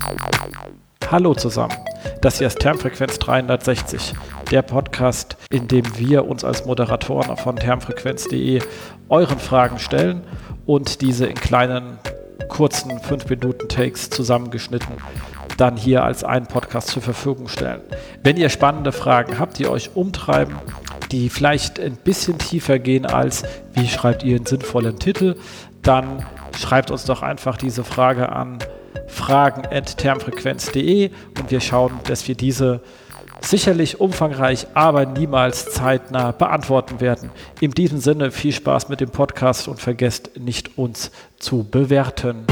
Hallo zusammen, das hier ist Termfrequenz 360, der Podcast, in dem wir uns als Moderatoren von termfrequenz.de euren Fragen stellen und diese in kleinen, kurzen 5-Minuten-Takes zusammengeschnitten dann hier als einen Podcast zur Verfügung stellen. Wenn ihr spannende Fragen habt, die euch umtreiben, die vielleicht ein bisschen tiefer gehen als, wie schreibt ihr einen sinnvollen Titel, dann schreibt uns doch einfach diese Frage an fragen@termfrequenz.de und wir schauen, dass wir diese sicherlich umfangreich, aber niemals zeitnah beantworten werden. In diesem Sinne viel Spaß mit dem Podcast und vergesst nicht, uns zu bewerten.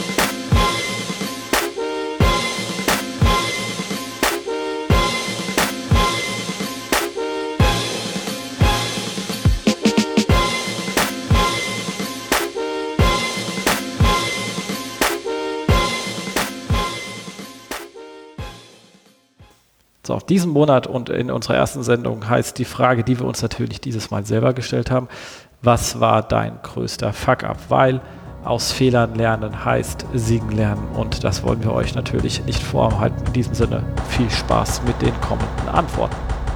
So, auf diesen Monat und in unserer ersten Sendung heißt die Frage, die wir uns natürlich dieses Mal selber gestellt haben: Was war dein größter Fuck-up? Weil aus Fehlern lernen heißt siegen lernen und das wollen wir euch natürlich nicht vorhalten. In diesem Sinne viel Spaß mit den kommenden Antworten.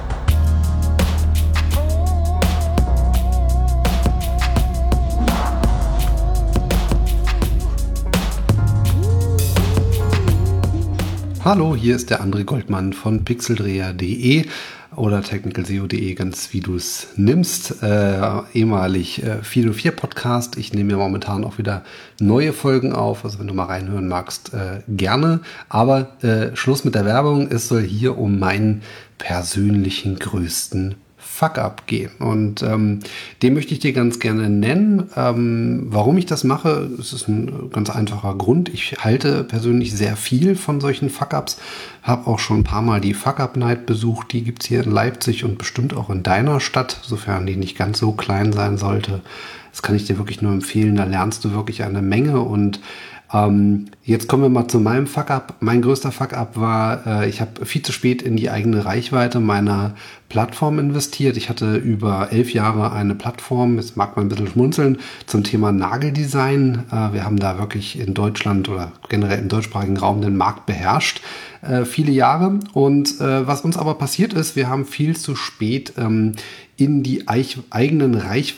Hallo, hier ist der André Goldmann von pixeldreher.de oder technicalseo.de, ganz wie du es nimmst. Ehemalig 404 Podcast. Ich nehme ja momentan auch wieder neue Folgen auf. Also wenn du mal reinhören magst, gerne. Aber Schluss mit der Werbung. Es soll hier um meinen persönlichen größten Fuck-up gehen. Und den möchte ich dir ganz gerne nennen. Warum ich das mache, es ist ein ganz einfacher Grund. Ich halte persönlich sehr viel von solchen Fuck-ups. Habe auch schon ein paar Mal die Fuck-up-Night besucht. Die gibt es hier in Leipzig und bestimmt auch in deiner Stadt, sofern die nicht ganz so klein sein sollte. Das kann ich dir wirklich nur empfehlen. Da lernst du wirklich eine Menge. Und jetzt kommen wir mal zu meinem Fuck-up. Mein größter Fuck-up war, ich habe viel zu spät in die eigene Reichweite meiner Plattform investiert. Ich hatte über 11 Jahre eine Plattform, jetzt mag man ein bisschen schmunzeln, zum Thema Nageldesign. Wir haben da wirklich in Deutschland oder generell im deutschsprachigen Raum den Markt beherrscht, viele Jahre. Und was uns aber passiert ist, wir haben viel zu spät in die eigenen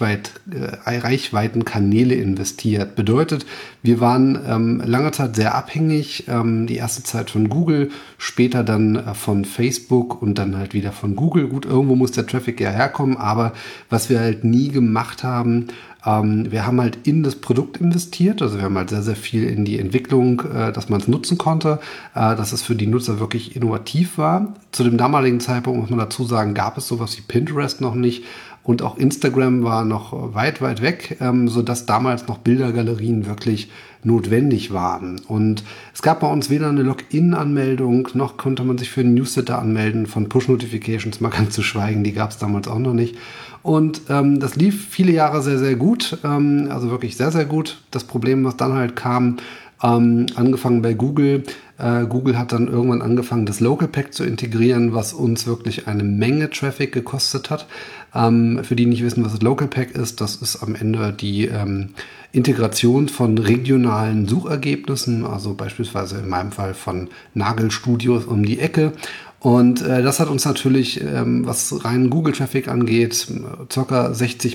Reichweitenkanäle investiert. Bedeutet, wir waren lange Zeit sehr abhängig, die erste Zeit von Google, später dann von Facebook und dann halt wieder von Google. Gut, irgendwo muss der Traffic ja herkommen, aber was wir halt nie gemacht haben, wir haben halt in das Produkt investiert, also wir haben halt sehr, sehr viel in die Entwicklung, dass man es nutzen konnte, dass es für die Nutzer wirklich innovativ war. Zu dem damaligen Zeitpunkt, muss man dazu sagen, gab es sowas wie Pinterest noch nicht und auch Instagram war noch weit, weit weg, sodass damals noch Bildergalerien wirklich notwendig waren. Und es gab bei uns weder eine Login-Anmeldung, noch konnte man sich für einen Newsletter anmelden, von Push-Notifications mal ganz zu schweigen, die gab es damals auch noch nicht. Und das lief viele Jahre sehr, sehr gut, also wirklich sehr, sehr gut. Das Problem, was dann halt kam, angefangen bei Google. Google hat dann irgendwann angefangen, das Local Pack zu integrieren, was uns wirklich eine Menge Traffic gekostet hat. Für die nicht wissen, was das Local Pack ist, das ist am Ende die Integration von regionalen Suchergebnissen, also beispielsweise in meinem Fall von Nagelstudios um die Ecke. Und das hat uns natürlich, was rein Google-Traffic angeht, ca.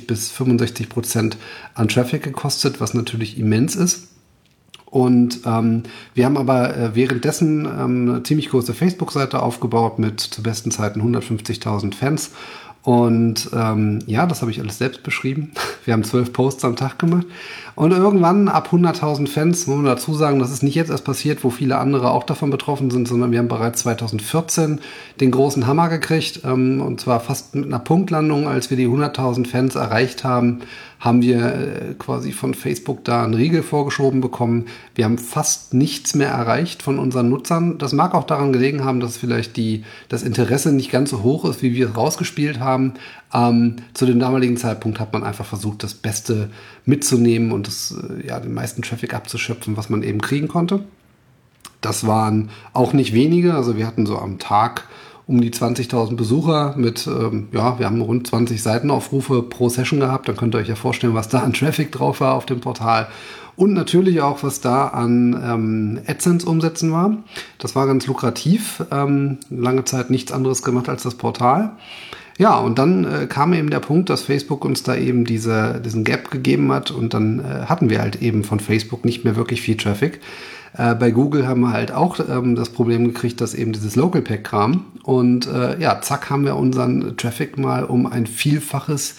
60-65% an Traffic gekostet, was natürlich immens ist. Und wir haben aber währenddessen eine ziemlich große Facebook-Seite aufgebaut mit zu besten Zeiten 150.000 Fans. Und ja, das habe ich alles selbst beschrieben. Wir haben 12 Posts am Tag gemacht. Und irgendwann ab 100.000 Fans, muss man dazu sagen, das ist nicht jetzt erst passiert, wo viele andere auch davon betroffen sind, sondern wir haben bereits 2014 den großen Hammer gekriegt. Und zwar fast mit einer Punktlandung, als wir die 100.000 Fans erreicht haben, haben wir quasi von Facebook da einen Riegel vorgeschoben bekommen. Wir haben fast nichts mehr erreicht von unseren Nutzern. Das mag auch daran gelegen haben, dass vielleicht das Interesse nicht ganz so hoch ist, wie wir es rausgespielt haben. Zu dem damaligen Zeitpunkt hat man einfach versucht, das Beste mitzunehmen und den meisten Traffic abzuschöpfen, was man eben kriegen konnte. Das waren auch nicht wenige. Also wir hatten so am Tag um die 20.000 Besucher mit, wir haben rund 20 Seitenaufrufe pro Session gehabt. Dann könnt ihr euch ja vorstellen, was da an Traffic drauf war auf dem Portal. Und natürlich auch, was da an AdSense-Umsätzen war. Das war ganz lukrativ. Lange Zeit nichts anderes gemacht als das Portal. Ja, und dann kam eben der Punkt, dass Facebook uns da eben diesen Gap gegeben hat. Und dann hatten wir halt eben von Facebook nicht mehr wirklich viel Traffic. Bei Google haben wir halt auch das Problem gekriegt, dass eben dieses Local Pack kam. Und zack, haben wir unseren Traffic mal um ein Vielfaches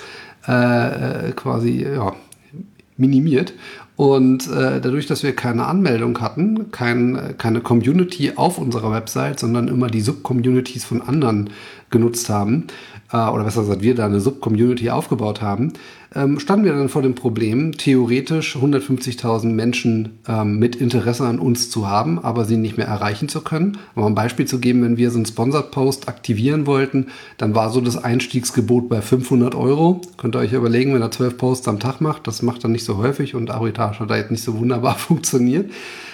minimiert. Und dadurch, dass wir keine Anmeldung hatten, keine Community auf unserer Website, sondern immer die Sub-Communities von anderen genutzt haben, oder besser gesagt, wir da eine Sub-Community aufgebaut haben, standen wir dann vor dem Problem, theoretisch 150.000 Menschen mit Interesse an uns zu haben, aber sie nicht mehr erreichen zu können. Um ein Beispiel zu geben, wenn wir so einen Sponsored Post aktivieren wollten, dann war so das Einstiegsgebot bei 500 Euro. Könnt ihr euch überlegen, wenn er 12 Posts am Tag macht, das macht er nicht so häufig und Arbitrage hat da jetzt nicht so wunderbar funktioniert.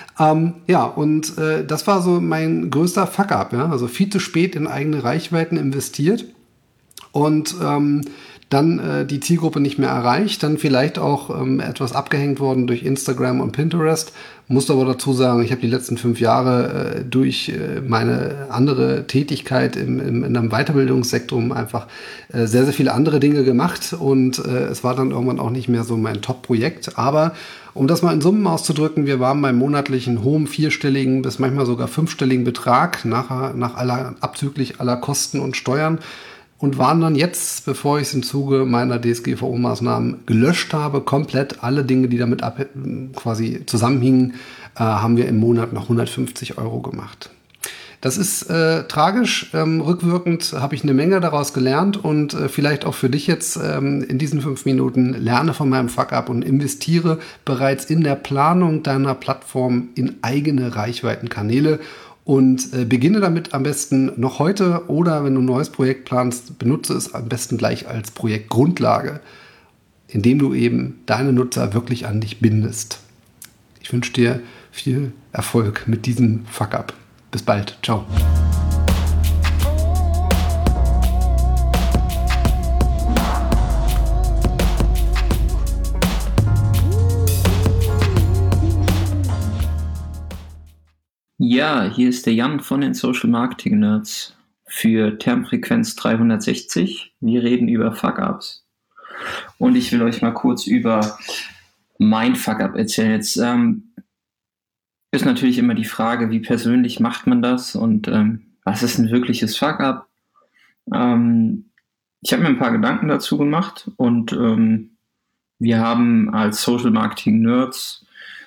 Das war so mein größter Fuck-up. Ja? Also viel zu spät in eigene Reichweiten investiert und dann die Zielgruppe nicht mehr erreicht, dann vielleicht auch etwas abgehängt worden durch Instagram und Pinterest. Muss aber dazu sagen, ich habe die letzten 5 Jahre durch meine andere Tätigkeit in einem Weiterbildungssektor einfach sehr, sehr viele andere Dinge gemacht und es war dann irgendwann auch nicht mehr so mein Top-Projekt. Aber um das mal in Summen auszudrücken, wir waren beim monatlichen hohen 4-stelligen bis manchmal sogar 5-stelligen Betrag abzüglich aller Kosten und Steuern. Und waren dann jetzt, bevor ich es im Zuge meiner DSGVO-Maßnahmen gelöscht habe, komplett alle Dinge, die damit quasi zusammenhingen, haben wir im Monat noch 150 Euro gemacht. Das ist tragisch. Rückwirkend habe ich eine Menge daraus gelernt und vielleicht auch für dich jetzt in diesen 5 Minuten lerne von meinem Fuck-up und investiere bereits in der Planung deiner Plattform in eigene Reichweitenkanäle. Und beginne damit am besten noch heute oder wenn du ein neues Projekt planst, benutze es am besten gleich als Projektgrundlage, indem du eben deine Nutzer wirklich an dich bindest. Ich wünsche dir viel Erfolg mit diesem Fuck-up. Bis bald. Ciao. Ja, hier ist der Jan von den Social Marketing Nerds für Termfrequenz 360. Wir reden über Fuck-Ups. Und ich will euch mal kurz über mein Fuck-Up erzählen. Jetzt ist natürlich immer die Frage, wie persönlich macht man das und was ist ein wirkliches Fuck-Up? Ich habe mir ein paar Gedanken dazu gemacht und wir haben als Social Marketing Nerds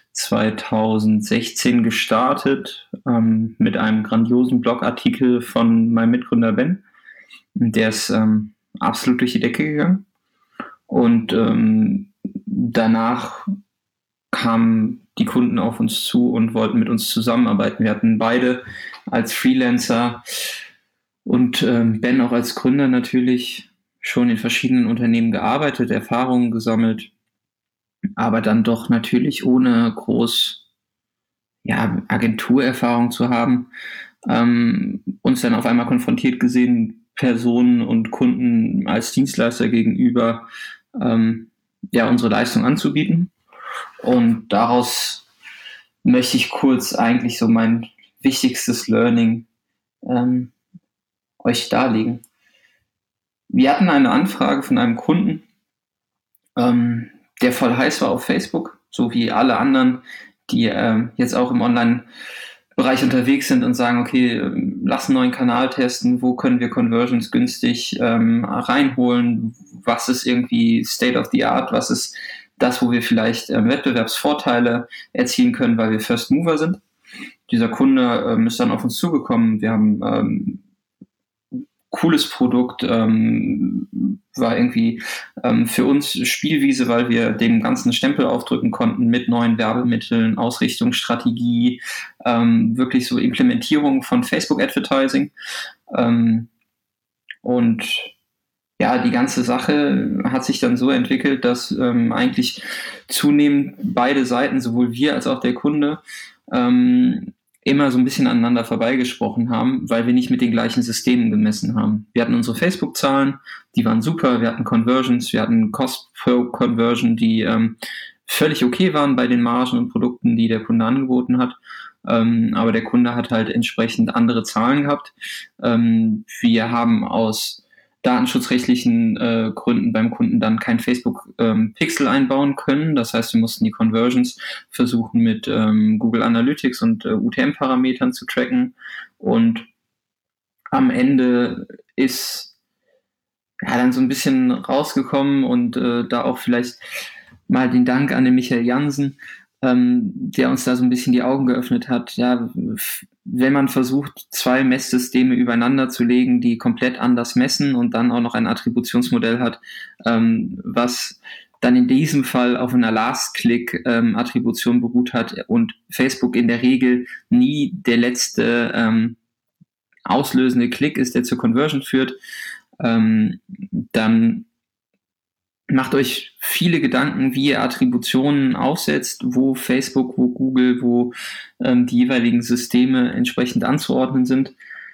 2016 gestartet mit einem grandiosen Blogartikel von meinem Mitgründer Ben. Der ist absolut durch die Decke gegangen. Und danach kamen die Kunden auf uns zu und wollten mit uns zusammenarbeiten. Wir hatten beide als Freelancer und Ben auch als Gründer natürlich schon in verschiedenen Unternehmen gearbeitet, Erfahrungen gesammelt, aber dann doch natürlich ohne groß Agenturerfahrung zu haben, uns dann auf einmal konfrontiert gesehen, Personen und Kunden als Dienstleister gegenüber unsere Leistung anzubieten. Und daraus möchte ich kurz eigentlich so mein wichtigstes Learning euch darlegen. Wir hatten eine Anfrage von einem Kunden, der voll heiß war auf Facebook, so wie alle anderen, die jetzt auch im Online-Bereich unterwegs sind und sagen, okay, lass einen neuen Kanal testen, wo können wir Conversions günstig reinholen, was ist irgendwie State of the Art, was ist das, wo wir vielleicht Wettbewerbsvorteile erzielen können, weil wir First Mover sind. Dieser Kunde ist dann auf uns zugekommen, wir haben cooles Produkt, war irgendwie für uns Spielwiese, weil wir dem ganzen Stempel aufdrücken konnten mit neuen Werbemitteln, Ausrichtungsstrategie, wirklich so Implementierung von Facebook Advertising. Und ja, die ganze Sache hat sich dann so entwickelt, dass eigentlich zunehmend beide Seiten, sowohl wir als auch der Kunde, immer so ein bisschen aneinander vorbeigesprochen haben, weil wir nicht mit den gleichen Systemen gemessen haben. Wir hatten unsere Facebook-Zahlen, die waren super, wir hatten Conversions, wir hatten Cost per Conversion, die völlig okay waren bei den Margen und Produkten, die der Kunde angeboten hat. Aber der Kunde hat halt entsprechend andere Zahlen gehabt. Wir haben aus datenschutzrechtlichen Gründen beim Kunden dann kein Facebook-Pixel einbauen können. Das heißt, wir mussten die Conversions versuchen mit Google Analytics und UTM-Parametern zu tracken. Und am Ende ist dann so ein bisschen rausgekommen und da auch vielleicht mal den Dank an den Michael Jansen, der uns da so ein bisschen die Augen geöffnet hat. Ja, wenn man versucht, 2 Messsysteme übereinander zu legen, die komplett anders messen und dann auch noch ein Attributionsmodell hat, was dann in diesem Fall auf einer Last-Click-Attribution beruht hat und Facebook in der Regel nie der letzte auslösende Klick ist, der zur Conversion führt, dann macht euch viele Gedanken, wie ihr Attributionen aufsetzt, wo Facebook, wo Google, wo die jeweiligen Systeme entsprechend anzuordnen sind.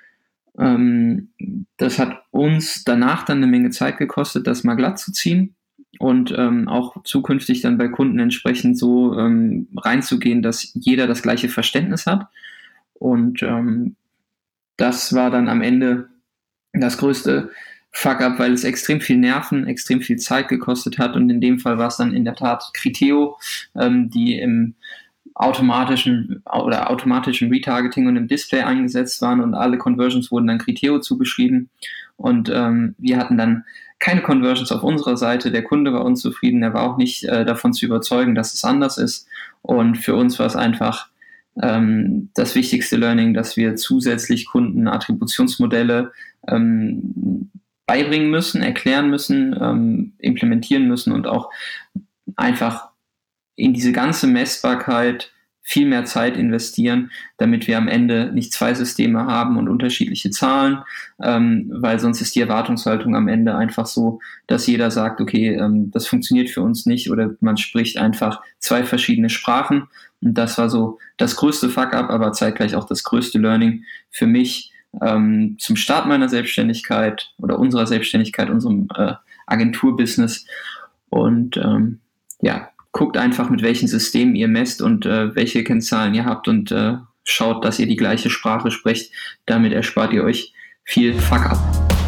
Das hat uns danach dann eine Menge Zeit gekostet, das mal glatt zu ziehen und auch zukünftig dann bei Kunden entsprechend so reinzugehen, dass jeder das gleiche Verständnis hat. Und das war dann am Ende das größte Fuck-up, weil es extrem viel Nerven, extrem viel Zeit gekostet hat und in dem Fall war es dann in der Tat Criteo, die im automatischen Retargeting und im Display eingesetzt waren und alle Conversions wurden dann Criteo zugeschrieben und wir hatten dann keine Conversions auf unserer Seite, der Kunde war unzufrieden, er war auch nicht davon zu überzeugen, dass es anders ist und für uns war es einfach das wichtigste Learning, dass wir zusätzlich Kunden Attributionsmodelle beibringen müssen, erklären müssen, implementieren müssen und auch einfach in diese ganze Messbarkeit viel mehr Zeit investieren, damit wir am Ende nicht 2 Systeme haben und unterschiedliche Zahlen, weil sonst ist die Erwartungshaltung am Ende einfach so, dass jeder sagt, okay, das funktioniert für uns nicht oder man spricht einfach 2 verschiedene Sprachen und das war so das größte Fuck-up, aber zeitgleich auch das größte Learning für mich, zum Start meiner Selbstständigkeit oder unserer Selbstständigkeit, unserem Agenturbusiness und guckt einfach, mit welchen Systemen ihr messt und welche Kennzahlen ihr habt und schaut, dass ihr die gleiche Sprache sprecht. Damit erspart ihr euch viel Fuck-up.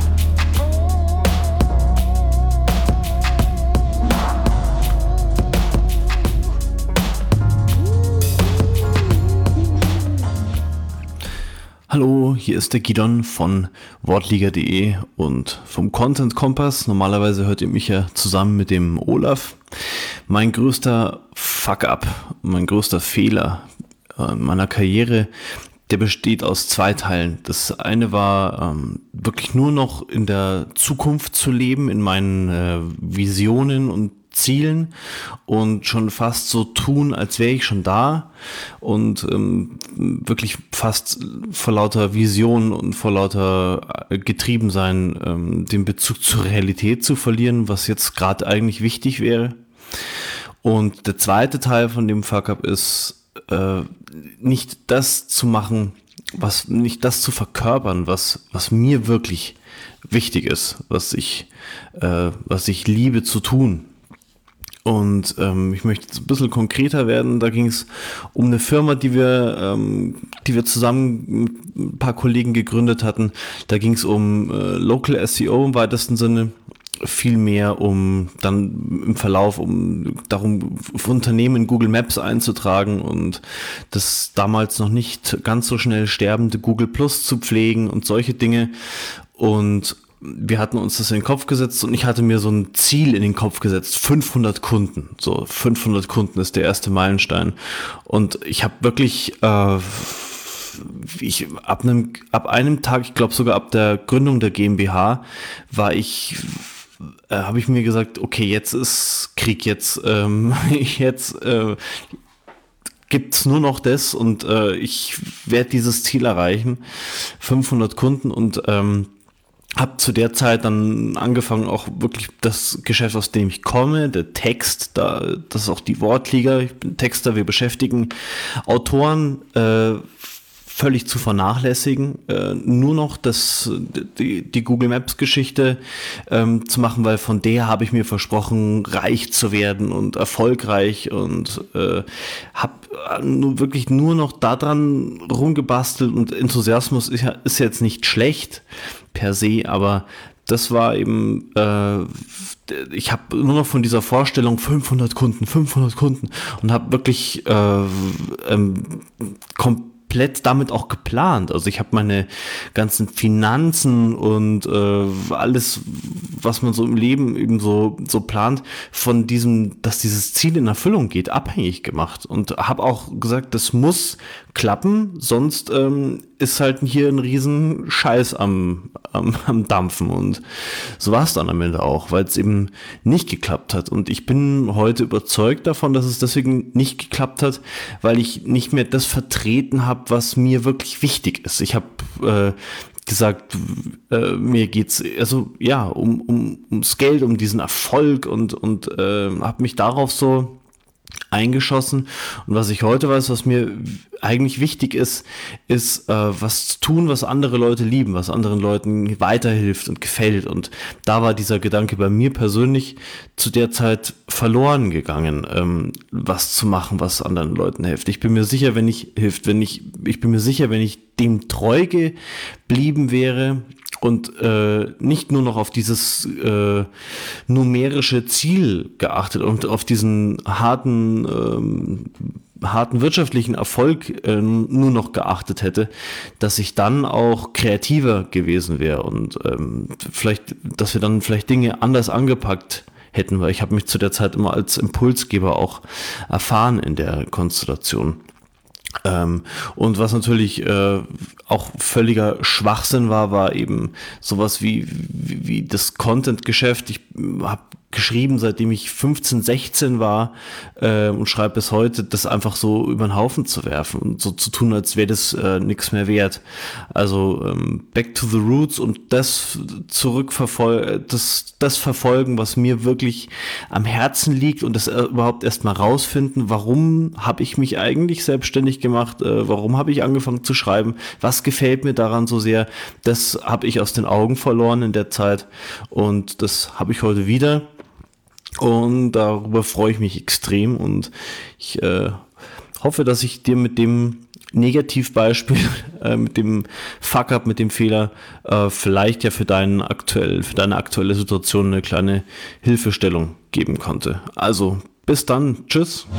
Hallo, hier ist der Gidon von Wortliga.de und vom Content Kompass. Normalerweise hört ihr mich ja zusammen mit dem Olaf. Mein größter Fuck-up, mein größter Fehler in meiner Karriere, der besteht aus 2 Teilen. Das eine war wirklich nur noch in der Zukunft zu leben, in meinen Visionen und Zielen und schon fast so tun, als wäre ich schon da und wirklich fast vor lauter Vision und vor lauter Getriebensein den Bezug zur Realität zu verlieren, was jetzt gerade eigentlich wichtig wäre. Und der zweite Teil von dem Fuck-up ist, nicht das zu machen, nicht das zu verkörpern, was mir wirklich wichtig ist, was ich liebe zu tun. Und ich möchte jetzt ein bisschen konkreter werden. Da ging es um eine Firma, die wir zusammen mit ein paar Kollegen gegründet hatten. Da ging es um Local SEO im weitesten Sinne. Viel mehr um dann im Verlauf darum, Unternehmen in Google Maps einzutragen und das damals noch nicht ganz so schnell sterbende Google Plus zu pflegen und solche Dinge. Und wir hatten uns das in den Kopf gesetzt und ich hatte mir so ein Ziel in den Kopf gesetzt, 500 Kunden. So 500 Kunden ist der erste Meilenstein. Und ich habe wirklich ab einem Tag, ich glaube sogar ab der Gründung der GmbH, habe ich mir gesagt, okay, jetzt ist Krieg, jetzt gibt's nur noch das und ich werde dieses Ziel erreichen, 500 Kunden und habe zu der Zeit dann angefangen, auch wirklich das Geschäft, aus dem ich komme, der Text, das ist auch die Wortliga, ich bin Texter, wir beschäftigen Autoren völlig zu vernachlässigen, nur noch die Google Maps Geschichte zu machen, weil von der habe ich mir versprochen, reich zu werden und erfolgreich, und habe wirklich nur noch daran rumgebastelt, und Enthusiasmus ist jetzt nicht schlecht per se, aber das war eben, ich habe nur noch von dieser Vorstellung 500 Kunden und habe wirklich komplett damit auch geplant. Also ich habe meine ganzen Finanzen und alles, was man so im Leben eben so plant, von diesem, dass dieses Ziel in Erfüllung geht, abhängig gemacht, und habe auch gesagt, das muss klappen, sonst ist halt hier ein riesen Scheiß am Dampfen, und so war es dann am Ende auch, weil es eben nicht geklappt hat, und ich bin heute überzeugt davon, dass es deswegen nicht geklappt hat, weil ich nicht mehr das vertreten habe, was mir wirklich wichtig ist. Ich habe gesagt, mir geht's also ja ums Geld, um diesen Erfolg, und habe mich darauf so eingeschossen. Und was ich heute weiß, was mir eigentlich wichtig ist was zu tun, was andere Leute lieben, was anderen Leuten weiterhilft und gefällt. Und da war dieser Gedanke bei mir persönlich zu der Zeit verloren gegangen, was zu machen, was anderen Leuten hilft. Ich bin mir sicher, wenn ich dem treu geblieben wäre und nicht nur noch auf dieses numerische Ziel geachtet und auf diesen harten wirtschaftlichen Erfolg nur noch geachtet hätte, dass ich dann auch kreativer gewesen wäre und dass wir dann vielleicht Dinge anders angepackt hätten, weil ich habe mich zu der Zeit immer als Impulsgeber auch erfahren in der Konstellation. Und was natürlich auch völliger Schwachsinn war eben sowas wie das Content-Geschäft. Ich habe geschrieben, seitdem ich 15, 16 war und schreibe bis heute, das einfach so über den Haufen zu werfen und so zu tun, als wäre das nichts mehr wert. Also back to the roots und das das verfolgen, was mir wirklich am Herzen liegt, und das überhaupt erstmal rausfinden, warum habe ich mich eigentlich selbstständig gemacht, warum habe ich angefangen zu schreiben, was gefällt mir daran so sehr, das habe ich aus den Augen verloren in der Zeit, und das habe ich heute wieder. Und darüber freue ich mich extrem, und ich hoffe, dass ich dir mit dem Negativbeispiel, mit dem Fuck-up, mit dem Fehler, vielleicht ja für deine aktuelle Situation eine kleine Hilfestellung geben konnte. Also, bis dann. Tschüss.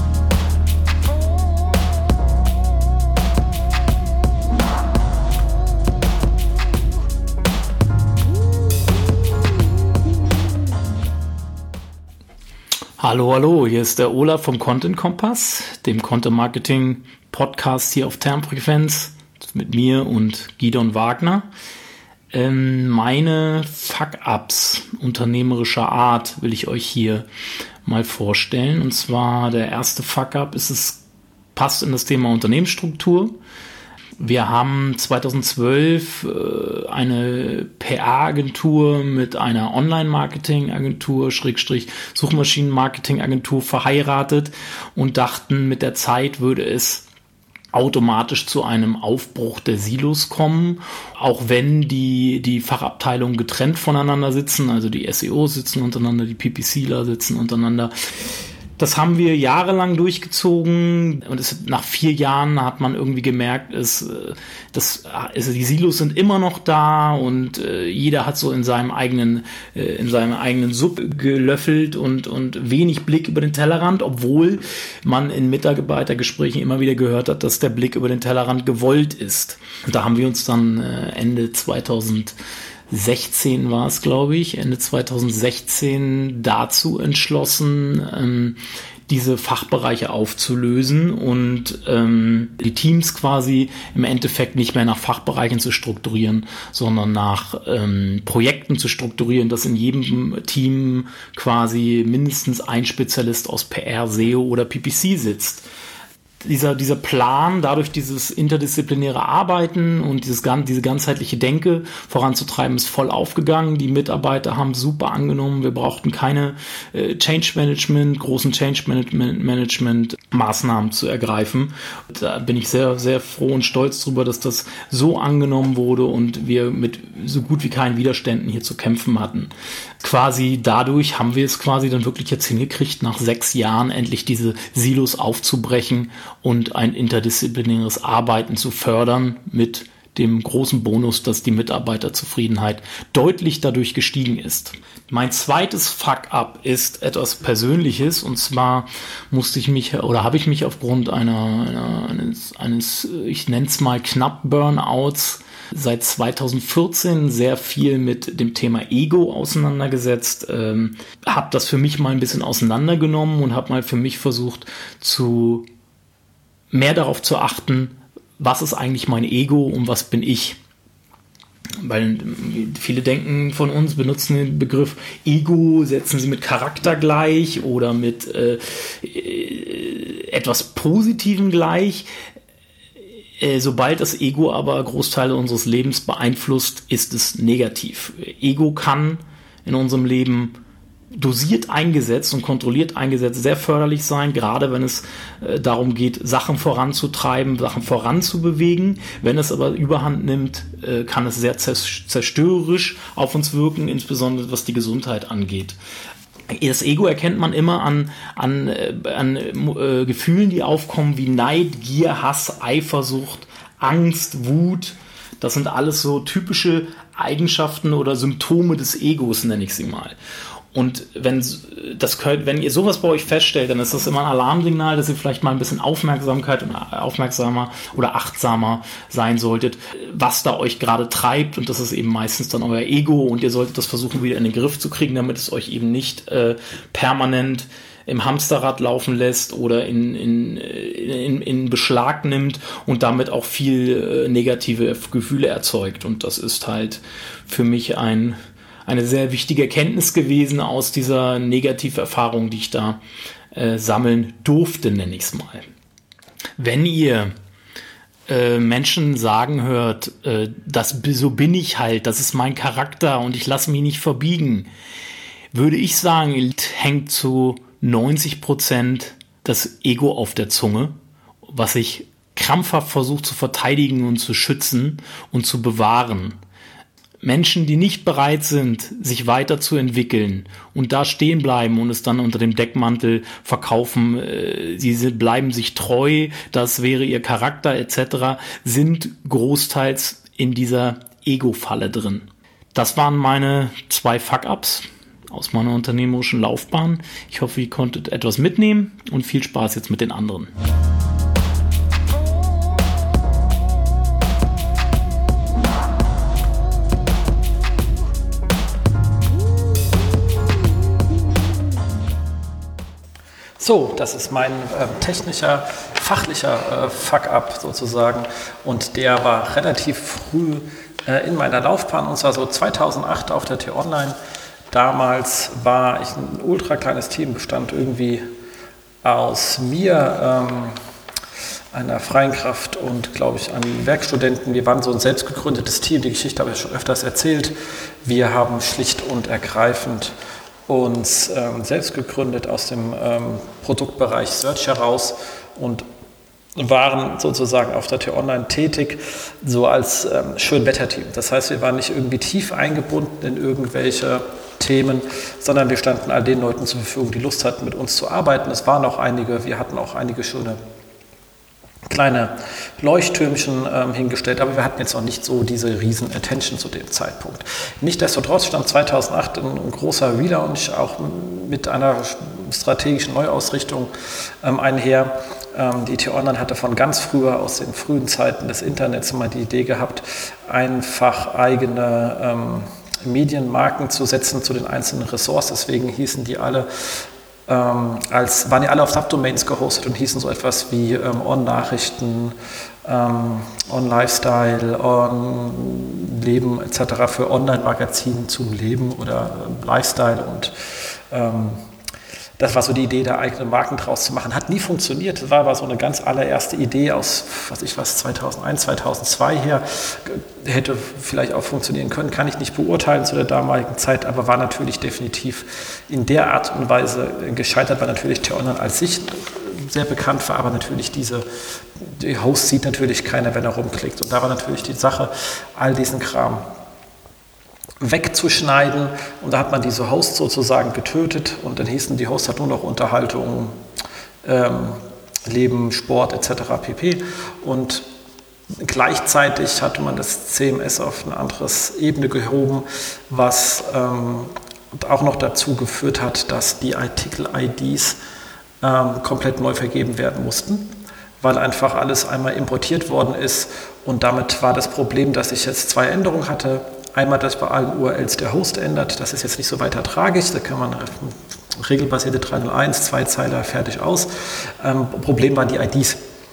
Hallo, hier ist der Olaf vom Content Kompass, dem Content Marketing Podcast hier auf Termfrequenz mit mir und Gidon Wagner. Meine Fuck-Ups unternehmerischer Art will ich euch hier mal vorstellen. Und zwar der erste Fuck-Up passt in das Thema Unternehmensstruktur. Wir haben 2012 eine PR-Agentur mit einer Online-Marketing-Agentur, Suchmaschinen-Marketing-Agentur verheiratet und dachten, mit der Zeit würde es automatisch zu einem Aufbruch der Silos kommen, auch wenn die Fachabteilungen getrennt voneinander sitzen, also die SEOs sitzen untereinander, die PPCler sitzen untereinander. Das haben wir jahrelang durchgezogen, und nach 4 Jahren hat man irgendwie gemerkt, die Silos sind immer noch da, und jeder hat so in seinem eigenen Sub gelöffelt und wenig Blick über den Tellerrand, obwohl man in Mitarbeitergesprächen immer wieder gehört hat, dass der Blick über den Tellerrand gewollt ist. Und da haben wir uns dann Ende 2016 war es, glaube ich, Ende 2016 dazu entschlossen, diese Fachbereiche aufzulösen und die Teams quasi im Endeffekt nicht mehr nach Fachbereichen zu strukturieren, sondern nach Projekten zu strukturieren, dass in jedem Team quasi mindestens ein Spezialist aus PR, SEO oder PPC sitzt. dieser Plan, dadurch dieses interdisziplinäre Arbeiten und diese ganzheitliche Denke voranzutreiben, ist voll aufgegangen. Die Mitarbeiter haben super angenommen. Wir brauchten keine großen Change Management Maßnahmen zu ergreifen. Da bin ich sehr, sehr froh und stolz drüber, dass das so angenommen wurde und wir mit so gut wie keinen Widerständen hier zu kämpfen hatten. Quasi dadurch haben wir es quasi dann wirklich jetzt hingekriegt, nach 6 Jahren endlich diese Silos aufzubrechen und ein interdisziplinäres Arbeiten zu fördern, mit dem großen Bonus, dass die Mitarbeiterzufriedenheit deutlich dadurch gestiegen ist. Mein zweites Fuck-up ist etwas Persönliches, und zwar habe ich mich aufgrund eines ich nenne es mal knapp Burnouts seit 2014 sehr viel mit dem Thema Ego auseinandergesetzt, habe das für mich mal ein bisschen auseinandergenommen und habe mal für mich versucht, mehr darauf zu achten, was ist eigentlich mein Ego und was bin ich? Weil viele denken von uns, benutzen den Begriff Ego, setzen sie mit Charakter gleich oder mit etwas Positivem gleich. Sobald das Ego aber Großteile unseres Lebens beeinflusst, ist es negativ. Ego kann in unserem Leben dosiert eingesetzt und kontrolliert eingesetzt sehr förderlich sein, gerade wenn es darum geht, Sachen voranzutreiben, Sachen voranzubewegen. Wenn es aber Überhand nimmt, kann es sehr zerstörerisch auf uns wirken, insbesondere was die Gesundheit angeht. Das Ego erkennt man immer an Gefühlen, die aufkommen, wie Neid, Gier, Hass, Eifersucht, Angst, Wut. Das sind alles so typische Eigenschaften oder Symptome des Egos, nenne ich sie mal. Und wenn ihr sowas bei euch feststellt, dann ist das immer ein Alarmsignal, dass ihr vielleicht mal ein bisschen aufmerksamer oder achtsamer sein solltet, was da euch gerade treibt. Und das ist eben meistens dann euer Ego. Und ihr solltet das versuchen, wieder in den Griff zu kriegen, damit es euch eben nicht permanent im Hamsterrad laufen lässt oder in Beschlag nimmt und damit auch viel negative Gefühle erzeugt. Und das ist halt für mich eine sehr wichtige Erkenntnis gewesen aus dieser Negativerfahrung, die ich da sammeln durfte, nenne ich es mal. Wenn ihr Menschen sagen hört, so bin ich halt, das ist mein Charakter und ich lasse mich nicht verbiegen, würde ich sagen, hängt zu 90% das Ego auf der Zunge, was ich krampfhaft versucht zu verteidigen und zu schützen und zu bewahren. Menschen, die nicht bereit sind, sich weiterzuentwickeln und da stehen bleiben und es dann unter dem Deckmantel verkaufen, sie bleiben sich treu, das wäre ihr Charakter etc., sind großteils in dieser Ego-Falle drin. Das waren meine 2 Fuck-Ups aus meiner unternehmerischen Laufbahn. Ich hoffe, ihr konntet etwas mitnehmen und viel Spaß jetzt mit den anderen. So, das ist mein technischer, fachlicher Fuck-up sozusagen, und der war relativ früh in meiner Laufbahn, und zwar so 2008 auf der T-Online. Damals war ich ein ultra kleines Team, bestand irgendwie aus mir, einer freien Kraft und, glaube ich, einem Werkstudenten. Wir waren so ein selbst gegründetes Team, die Geschichte habe ich schon öfters erzählt. Wir haben schlicht und ergreifend uns selbst gegründet aus dem Produktbereich Search heraus und waren sozusagen auf der T-Online tätig, so als Schönwetterteam. Das heißt, wir waren nicht irgendwie tief eingebunden in irgendwelche Themen, sondern wir standen all den Leuten zur Verfügung, die Lust hatten, mit uns zu arbeiten. Es waren auch einige, wir hatten auch einige schöne kleine Leuchttürmchen hingestellt, aber wir hatten jetzt noch nicht so diese riesen Attention zu dem Zeitpunkt. Nichtsdestotrotz stand 2008 ein großer Relaunch, auch mit einer strategischen Neuausrichtung einher. Die T-Online hatte von ganz früher, aus den frühen Zeiten des Internets, mal die Idee gehabt, einfach eigene Medienmarken zu setzen zu den einzelnen Ressorts. Deswegen hießen die alle waren die alle auf Subdomains gehostet und hießen so etwas wie On-Nachrichten, On-Lifestyle, On-Leben etc. für Online-Magazine zum Leben oder Lifestyle und Das war so die Idee, da eigene Marken draus zu machen. Hat nie funktioniert. Das war aber so eine ganz allererste Idee aus, 2001, 2002 her. Hätte vielleicht auch funktionieren können, kann ich nicht beurteilen zu der damaligen Zeit, aber war natürlich definitiv in der Art und Weise gescheitert, weil natürlich T-Online als sich sehr bekannt war, aber natürlich die Host sieht natürlich keiner, wenn er rumklickt. Und da war natürlich die Sache, all diesen Kram wegzuschneiden, und da hat man diese Hosts sozusagen getötet und dann hießen die Hosts halt nur noch Unterhaltung, Leben, Sport etc. pp. Und gleichzeitig hatte man das CMS auf eine andere Ebene gehoben, was auch noch dazu geführt hat, dass die Artikel-IDs komplett neu vergeben werden mussten, weil einfach alles einmal importiert worden ist, und damit war das Problem, dass ich jetzt 2 Änderungen hatte. Einmal, dass bei allen URLs der Host ändert, das ist jetzt nicht so weiter tragisch, da kann man regelbasierte 301, 2 Zeiler, fertig aus. Problem waren die IDs.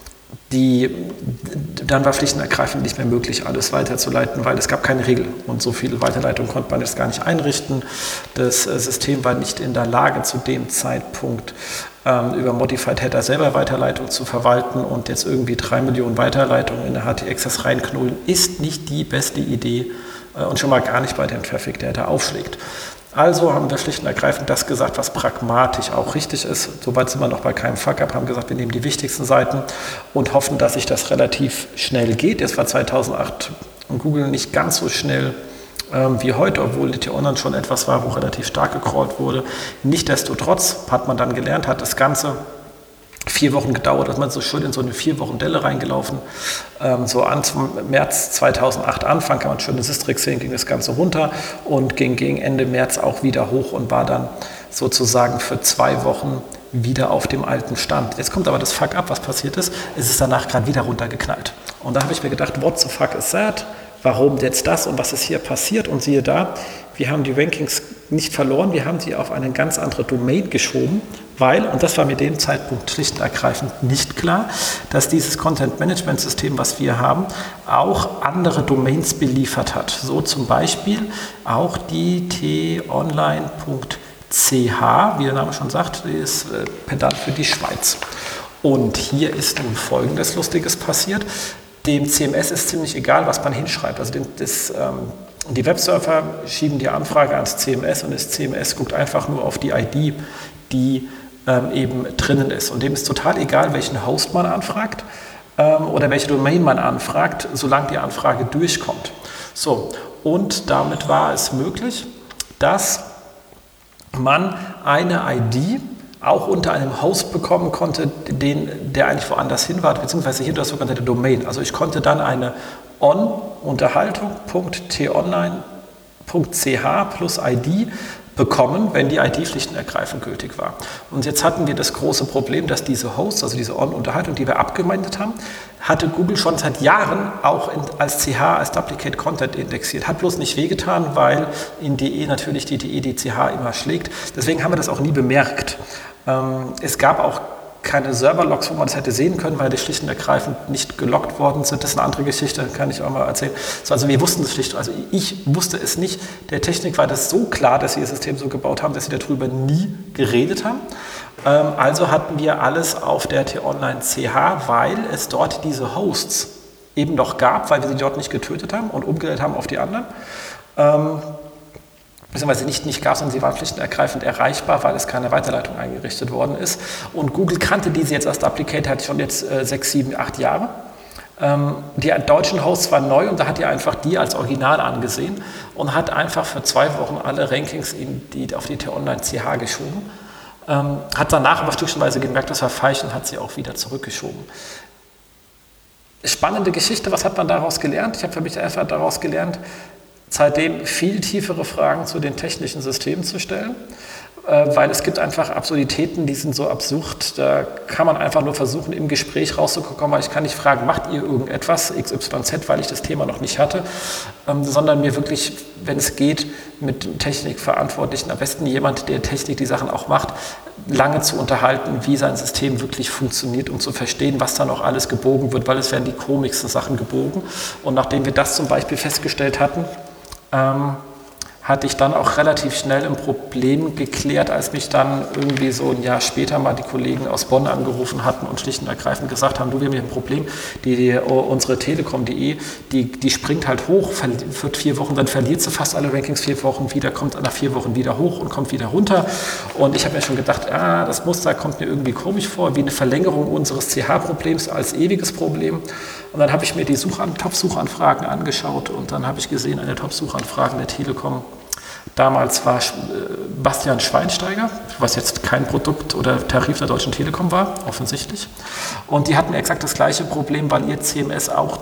Dann war schlicht und ergreifend nicht mehr möglich, alles weiterzuleiten, weil es gab keine Regel und so viele Weiterleitungen konnte man jetzt gar nicht einrichten. Das System war nicht in der Lage, zu dem Zeitpunkt über Modified Header selber Weiterleitung zu verwalten, und jetzt irgendwie 3 Millionen Weiterleitungen in der HT-Access reinknullen, ist nicht die beste Idee und schon mal gar nicht bei dem Traffic, der da aufschlägt. Also haben wir schlicht und ergreifend das gesagt, was pragmatisch auch richtig ist. Soweit sind wir noch bei keinem Fuck-up, haben gesagt, wir nehmen die wichtigsten Seiten und hoffen, dass sich das relativ schnell geht. Jetzt war 2008 Google nicht ganz so schnell wie heute, obwohl die T-Online schon etwas war, wo relativ stark gecrawlt wurde. Nichtsdestotrotz hat man dann gelernt, hat das Ganze 4 Wochen gedauert, dass man so schön in so eine 4-Wochen-Delle reingelaufen. So Anfang März 2008 Anfang kann man schön eine Systrix sehen, ging das Ganze runter und ging gegen Ende März auch wieder hoch und war dann sozusagen für 2 Wochen wieder auf dem alten Stand. Jetzt kommt aber das Fuck-up, was passiert ist. Es ist danach gerade wieder runtergeknallt. Und da habe ich mir gedacht, what the fuck is that? Warum jetzt das und was ist hier passiert? Und siehe da, wir haben die Rankings nicht verloren, wir haben sie auf eine ganz andere Domain geschoben, weil, und das war mir dem Zeitpunkt schlicht und ergreifend nicht klar, dass dieses Content-Management-System, was wir haben, auch andere Domains beliefert hat. So zum Beispiel auch die t-online.ch, wie der Name schon sagt, die ist pendant für die Schweiz. Und hier ist nun Folgendes Lustiges passiert. Dem CMS ist ziemlich egal, was man hinschreibt. Also die Websurfer schieben die Anfrage ans CMS und das CMS guckt einfach nur auf die ID, die eben drinnen ist. Und dem ist total egal, welchen Host man anfragt oder welche Domain man anfragt, solange die Anfrage durchkommt. So, und damit war es möglich, dass man eine ID auch unter einem Host bekommen konnte, der eigentlich woanders hin war, beziehungsweise hier das sogenannte Domain. Also ich konnte dann eine unterhaltung.tonline.ch plus ID bekommen, wenn die ID schlicht und ergreifend gültig war. Und jetzt hatten wir das große Problem, dass diese Hosts, also diese On-Unterhaltung, die wir abgemeldet haben, hatte Google schon seit Jahren auch als CH, als Duplicate Content indexiert. Hat bloß nicht wehgetan, weil in DE natürlich die DE die CH immer schlägt. Deswegen haben wir das auch nie bemerkt. Es gab auch keine Server-Logs, wo man das hätte sehen können, weil die schlicht und ergreifend nicht geloggt worden sind. Das ist eine andere Geschichte, kann ich auch mal erzählen. So, also wir wussten es schlicht, also ich wusste es nicht. Der Technik war das so klar, dass sie ihr System so gebaut haben, dass sie darüber nie geredet haben. Also hatten wir alles auf der T-Online.ch, weil es dort diese Hosts eben noch gab, weil wir sie dort nicht getötet haben und umgeleitet haben auf die anderen. Beziehungsweise nicht gab, sondern sie waren schlicht und ergreifend erreichbar, weil es keine Weiterleitung eingerichtet worden ist. Und Google kannte diese jetzt als Duplicate, hat schon jetzt 6, 7, 8 Jahre. Die deutschen Hosts waren neu und da hat er einfach die als Original angesehen und hat einfach für 2 Wochen alle Rankings auf die T-Online.ch geschoben. Hat danach aber stückchenweise gemerkt, das war falsch und hat sie auch wieder zurückgeschoben. Spannende Geschichte, was hat man daraus gelernt? Ich habe für mich einfach daraus gelernt, seitdem viel tiefere Fragen zu den technischen Systemen zu stellen, weil es gibt einfach Absurditäten, die sind so absurd, da kann man einfach nur versuchen, im Gespräch rauszukommen, weil ich kann nicht fragen, macht ihr irgendetwas, XYZ, weil ich das Thema noch nicht hatte, sondern mir wirklich, wenn es geht, mit Technikverantwortlichen, am besten jemand, der Technik die Sachen auch macht, lange zu unterhalten, wie sein System wirklich funktioniert, um zu verstehen, was da noch alles gebogen wird, weil es werden die komischsten Sachen gebogen. Und nachdem wir das zum Beispiel festgestellt hatten, hatte ich dann auch relativ schnell ein Problem geklärt, als mich dann irgendwie so ein Jahr später mal die Kollegen aus Bonn angerufen hatten und schlicht und ergreifend gesagt haben, du, wir haben hier ein Problem, unsere Telekom.de, die springt halt hoch, für 4 Wochen, dann verliert sie fast alle Rankings 4 Wochen wieder, kommt nach 4 Wochen wieder hoch und kommt wieder runter. Und ich habe mir schon gedacht, das Muster kommt mir irgendwie komisch vor, wie eine Verlängerung unseres CH-Problems als ewiges Problem. Und dann habe ich mir die Top-Suchanfragen angeschaut und dann habe ich gesehen, eine Top-Suchanfragen der Telekom, damals war Bastian Schweinsteiger, was jetzt kein Produkt oder Tarif der Deutschen Telekom war, offensichtlich. Und die hatten exakt das gleiche Problem, weil ihr CMS auch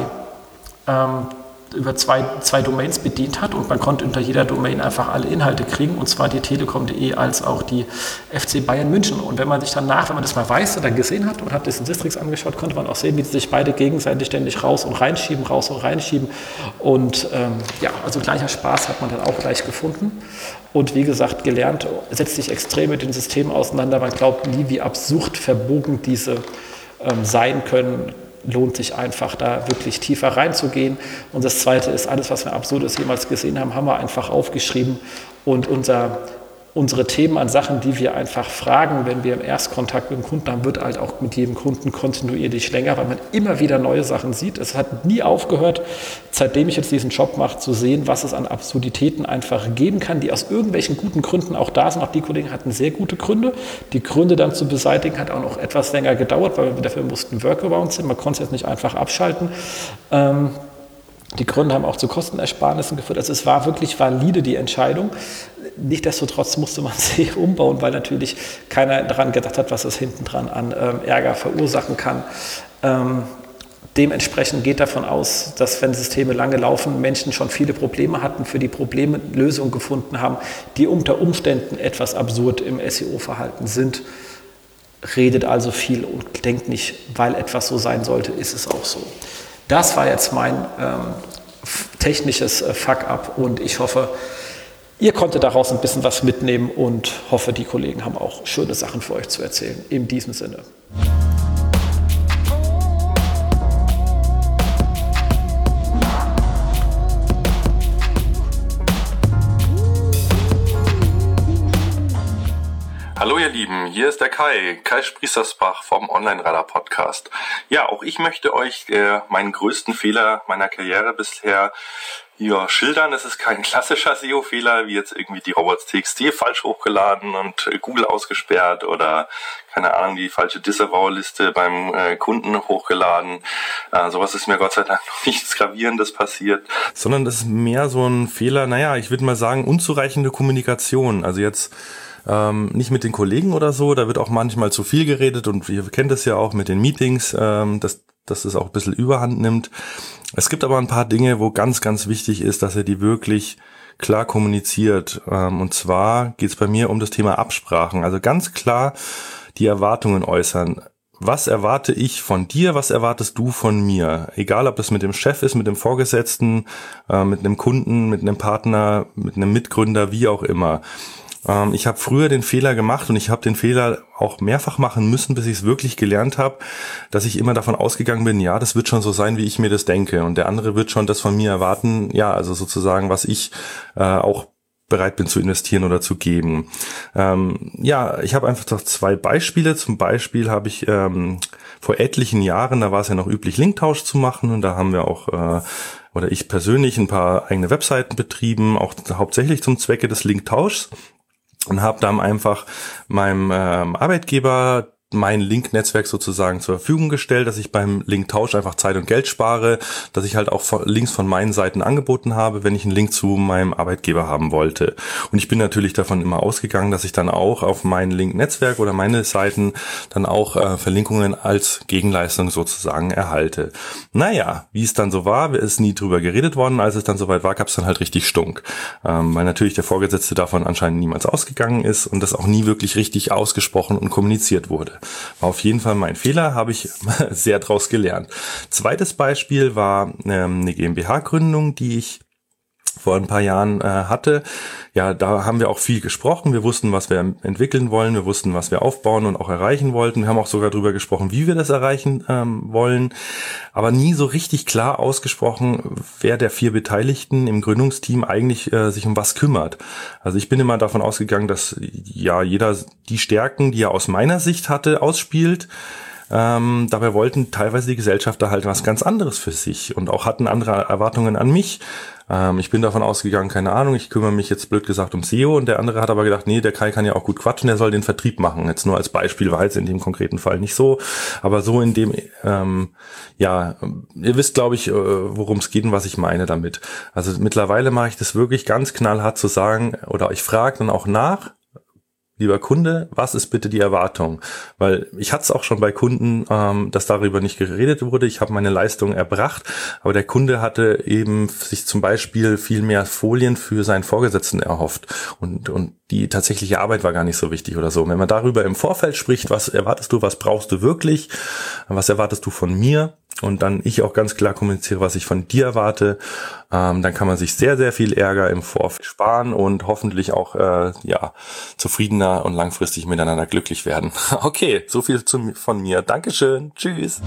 über zwei Domains bedient hat und man konnte unter jeder Domain einfach alle Inhalte kriegen, und zwar die Telekom.de als auch die FC Bayern München. Und wenn man das mal weiß oder gesehen hat und hat diesen Sistrix angeschaut, konnte man auch sehen, wie sie sich beide gegenseitig ständig raus und reinschieben. Und also gleicher Spaß hat man dann auch gleich gefunden. Und wie gesagt, gelernt, setzt sich extrem mit den Systemen auseinander. Man glaubt nie, wie absurd verbogen diese sein können. Lohnt sich einfach, da wirklich tiefer reinzugehen. Und das Zweite ist, alles, was wir Absurdes jemals gesehen haben, haben wir einfach aufgeschrieben. Und unsere Themen an Sachen, die wir einfach fragen, wenn wir im Erstkontakt mit dem Kunden haben, wird halt auch mit jedem Kunden kontinuierlich länger, weil man immer wieder neue Sachen sieht. Es hat nie aufgehört, seitdem ich jetzt diesen Job mache, zu sehen, was es an Absurditäten einfach geben kann, die aus irgendwelchen guten Gründen auch da sind. Auch die Kollegen hatten sehr gute Gründe. Die Gründe dann zu beseitigen hat auch noch etwas länger gedauert, weil wir dafür mussten Workarounds sind. Man konnte es jetzt nicht einfach abschalten. Die Gründe haben auch zu Kostenersparnissen geführt. Also es war wirklich valide, die Entscheidung. Nichtsdestotrotz musste man sie umbauen, weil natürlich keiner daran gedacht hat, was es hinten dran an Ärger verursachen kann. Dementsprechend geht davon aus, dass, wenn Systeme lange laufen, Menschen schon viele Probleme hatten, für die Probleme Lösungen gefunden haben, die unter Umständen etwas absurd im SEO-Verhalten sind. Redet also viel und denkt nicht, weil etwas so sein sollte, ist es auch so. Das war jetzt mein technisches Fuck-up und ich hoffe, ihr konntet daraus ein bisschen was mitnehmen und hoffe, die Kollegen haben auch schöne Sachen für euch zu erzählen. In diesem Sinne. Hallo ihr Lieben, hier ist der Kai Spriestersbach vom Online-Radar-Podcast. Ja, auch ich möchte euch meinen größten Fehler meiner Karriere bisher schildern. Es ist kein klassischer SEO-Fehler, wie jetzt irgendwie die Robots.txt falsch hochgeladen und Google ausgesperrt oder, keine Ahnung, die falsche Disavow-Liste beim Kunden hochgeladen. Sowas ist mir Gott sei Dank noch nichts Gravierendes passiert. Sondern das ist mehr so ein Fehler, ich würde mal sagen, unzureichende Kommunikation. Also jetzt nicht mit den Kollegen oder so, da wird auch manchmal zu viel geredet und ihr kennt es ja auch mit den Meetings, dass es auch ein bisschen Überhand nimmt. Es gibt aber ein paar Dinge, wo ganz, ganz wichtig ist, dass ihr die wirklich klar kommuniziert. Und zwar geht es bei mir um das Thema Absprachen. Also ganz klar die Erwartungen äußern. Was erwarte ich von dir? Was erwartest du von mir? Egal, ob das mit dem Chef ist, mit dem Vorgesetzten, mit einem Kunden, mit einem Partner, mit einem Mitgründer, wie auch immer. Ich habe früher den Fehler gemacht und ich habe den Fehler auch mehrfach machen müssen, bis ich es wirklich gelernt habe, dass ich immer davon ausgegangen bin, ja, das wird schon so sein, wie ich mir das denke und der andere wird schon das von mir erwarten, also sozusagen, was ich auch bereit bin zu investieren oder zu geben. Ich habe einfach noch 2 Beispiele. Zum Beispiel habe ich vor etlichen Jahren, da war es ja noch üblich, Linktausch zu machen und da haben wir auch oder ich persönlich ein paar eigene Webseiten betrieben, auch hauptsächlich zum Zwecke des Linktauschs. Und habe dann einfach meinem Arbeitgeber mein Link-Netzwerk sozusagen zur Verfügung gestellt, dass ich beim Linktausch einfach Zeit und Geld spare, dass ich halt auch Links von meinen Seiten angeboten habe, wenn ich einen Link zu meinem Arbeitgeber haben wollte. Und ich bin natürlich davon immer ausgegangen, dass ich dann auch auf mein Link-Netzwerk oder meine Seiten dann auch Verlinkungen als Gegenleistung sozusagen erhalte. Wie es dann so war, ist nie drüber geredet worden. Als es dann soweit war, gab es dann halt richtig Stunk. Weil natürlich der Vorgesetzte davon anscheinend niemals ausgegangen ist und das auch nie wirklich richtig ausgesprochen und kommuniziert wurde. War auf jeden Fall mein Fehler, habe ich sehr draus gelernt. Zweites Beispiel war eine GmbH-Gründung, die ich vor ein paar Jahren hatte. Ja, da haben wir auch viel gesprochen. Wir wussten, was wir entwickeln wollen. Wir wussten, was wir aufbauen und auch erreichen wollten. Wir haben auch sogar darüber gesprochen, wie wir das erreichen wollen. Aber nie so richtig klar ausgesprochen, wer der 4 Beteiligten im Gründungsteam eigentlich sich um was kümmert. Also ich bin immer davon ausgegangen, dass ja jeder die Stärken, die er aus meiner Sicht hatte, ausspielt. Dabei wollten teilweise die Gesellschafter halt was ganz anderes für sich und auch hatten andere Erwartungen an mich. Ich bin davon ausgegangen, keine Ahnung, ich kümmere mich jetzt blöd gesagt um SEO, und der andere hat aber gedacht, nee, der Kai kann ja auch gut quatschen, der soll den Vertrieb machen. Jetzt nur als Beispiel, war jetzt in dem konkreten Fall nicht so, aber so in dem, ihr wisst, glaube ich, worum es geht und was ich meine damit. Also mittlerweile mache ich das wirklich ganz knallhart zu sagen, oder ich frage dann auch nach, lieber Kunde, was ist bitte die Erwartung? Weil ich hatte es auch schon bei Kunden, dass darüber nicht geredet wurde. Ich habe meine Leistung erbracht, aber der Kunde hatte eben sich zum Beispiel viel mehr Folien für seinen Vorgesetzten erhofft. Und die tatsächliche Arbeit war gar nicht so wichtig oder so. Wenn man darüber im Vorfeld spricht, was erwartest du, was brauchst du wirklich, was erwartest du von mir, und dann ich auch ganz klar kommuniziere, was ich von dir erwarte, dann kann man sich sehr, sehr viel Ärger im Vorfeld sparen und hoffentlich auch zufriedener und langfristig miteinander glücklich werden. Okay, so viel von mir. Dankeschön. Tschüss.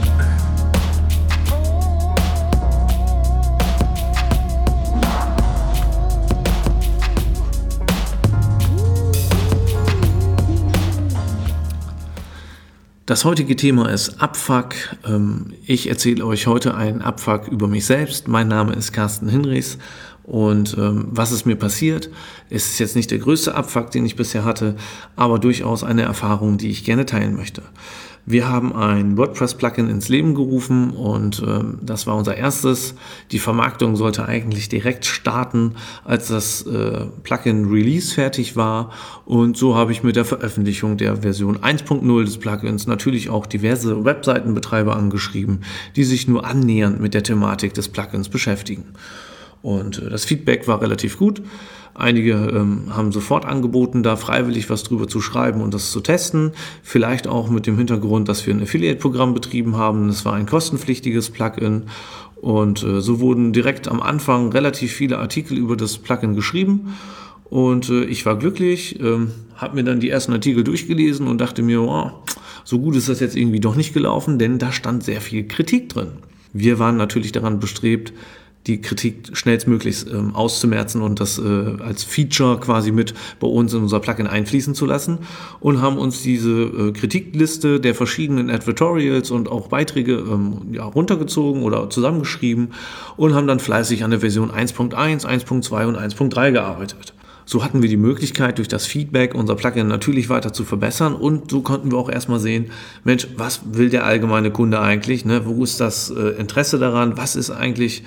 Das heutige Thema ist Abfuck. Ich erzähle euch heute einen Abfuck über mich selbst. Mein Name ist Carsten Hinrichs und was ist mir passiert? Es ist jetzt nicht der größte Abfuck, den ich bisher hatte, aber durchaus eine Erfahrung, die ich gerne teilen möchte. Wir haben ein WordPress-Plugin ins Leben gerufen und das war unser erstes. Die Vermarktung sollte eigentlich direkt starten, als das Plugin Release fertig war, und so habe ich mit der Veröffentlichung der Version 1.0 des Plugins natürlich auch diverse Webseitenbetreiber angeschrieben, die sich nur annähernd mit der Thematik des Plugins beschäftigen. Und das Feedback war relativ gut. Einige haben sofort angeboten, da freiwillig was drüber zu schreiben und das zu testen. Vielleicht auch mit dem Hintergrund, dass wir ein Affiliate-Programm betrieben haben. Es war ein kostenpflichtiges Plugin. Und so wurden direkt am Anfang relativ viele Artikel über das Plugin geschrieben. Und ich war glücklich, habe mir dann die ersten Artikel durchgelesen und dachte mir, wow, so gut ist das jetzt irgendwie doch nicht gelaufen, denn da stand sehr viel Kritik drin. Wir waren natürlich daran bestrebt, die Kritik schnellstmöglichst auszumerzen und das als Feature quasi mit bei uns in unser Plugin einfließen zu lassen, und haben uns diese Kritikliste der verschiedenen Advertorials und auch Beiträge runtergezogen oder zusammengeschrieben und haben dann fleißig an der Version 1.1, 1.2 und 1.3 gearbeitet. So hatten wir die Möglichkeit, durch das Feedback unser Plugin natürlich weiter zu verbessern, und so konnten wir auch erstmal sehen, Mensch, was will der allgemeine Kunde eigentlich? Ne? Wo ist das Interesse daran? Was ist eigentlich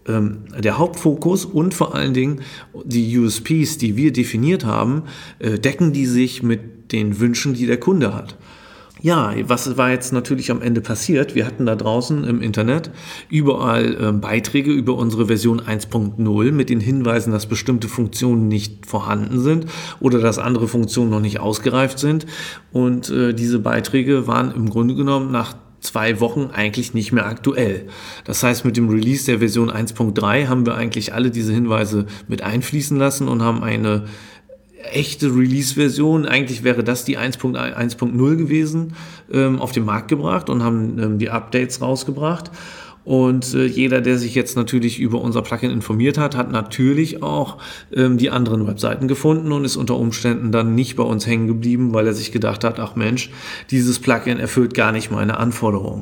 der Hauptfokus? Und vor allen Dingen die USPs, die wir definiert haben, decken die sich mit den Wünschen, die der Kunde hat? Ja, was war jetzt natürlich am Ende passiert? Wir hatten da draußen im Internet überall Beiträge über unsere Version 1.0 mit den Hinweisen, dass bestimmte Funktionen nicht vorhanden sind oder dass andere Funktionen noch nicht ausgereift sind. Und diese Beiträge waren im Grunde genommen nach 2 Wochen eigentlich nicht mehr aktuell. Das heißt, mit dem Release der Version 1.3 haben wir eigentlich alle diese Hinweise mit einfließen lassen und haben eine echte Release-Version, eigentlich wäre das die 1.1.0 gewesen, auf den Markt gebracht und haben die Updates rausgebracht. Und jeder, der sich jetzt natürlich über unser Plugin informiert hat, hat natürlich auch die anderen Webseiten gefunden und ist unter Umständen dann nicht bei uns hängen geblieben, weil er sich gedacht hat, ach Mensch, dieses Plugin erfüllt gar nicht meine Anforderungen.